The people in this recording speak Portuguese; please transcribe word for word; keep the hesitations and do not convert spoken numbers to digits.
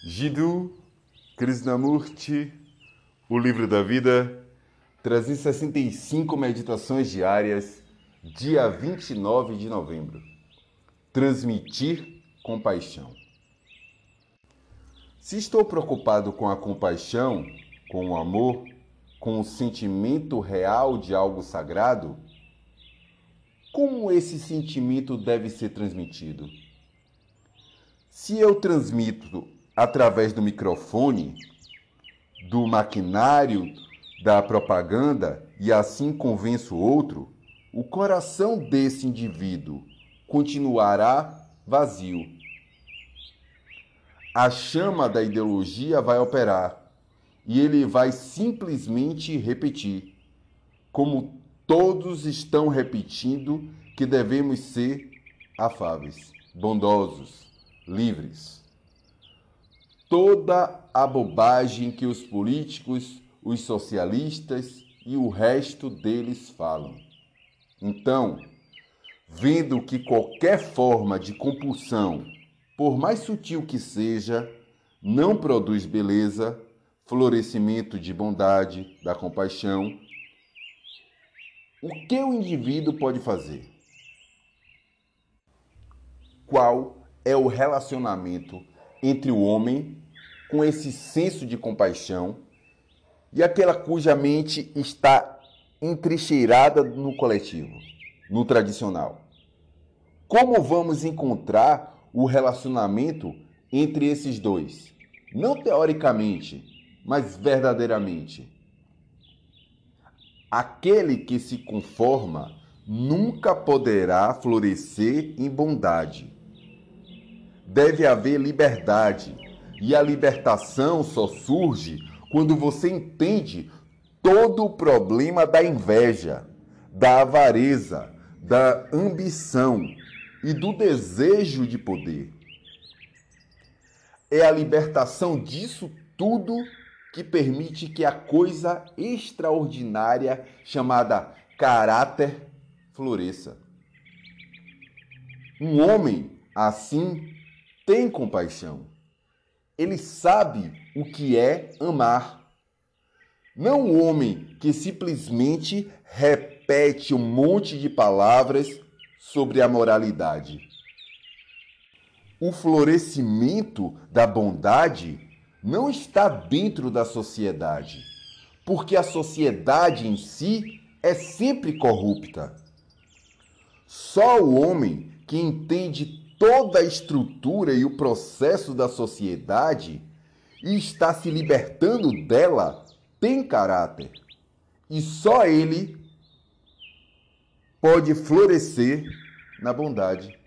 Jiddu Krishnamurti, O Livro da Vida, trezentas e sessenta e cinco meditações diárias, dia vinte e nove de novembro. Transmitir compaixão. Se estou preocupado com a compaixão, com o amor, com o sentimento real de algo sagrado, como esse sentimento deve ser transmitido? Se eu transmito através do microfone, do maquinário, da propaganda e assim convenço outro, o coração desse indivíduo continuará vazio. A chama da ideologia vai operar e ele vai simplesmente repetir, como todos estão repetindo, que devemos ser afáveis, bondosos, livres. Toda a bobagem que os políticos, os socialistas e o resto deles falam. Então, vendo que qualquer forma de compulsão, por mais sutil que seja, não produz beleza, florescimento de bondade, da compaixão, o que o indivíduo pode fazer? Qual é o relacionamento entre o homem com esse senso de compaixão e aquela cuja mente está entrincheirada no coletivo, no tradicional? Como vamos encontrar o relacionamento entre esses dois? Não teoricamente, mas verdadeiramente. Aquele que se conforma nunca poderá florescer em bondade. Deve haver liberdade, e a libertação só surge quando você entende todo o problema da inveja, da avareza, da ambição e do desejo de poder. É a libertação disso tudo que permite que a coisa extraordinária chamada caráter floresça. Um homem assim tem compaixão. Ele sabe o que é amar. Não o homem que simplesmente repete um monte de palavras sobre a moralidade. O florescimento da bondade não está dentro da sociedade, porque a sociedade em si é sempre corrupta. Só o homem que entende toda a estrutura e o processo da sociedade e está se libertando dela tem caráter. E só ele pode florescer na bondade.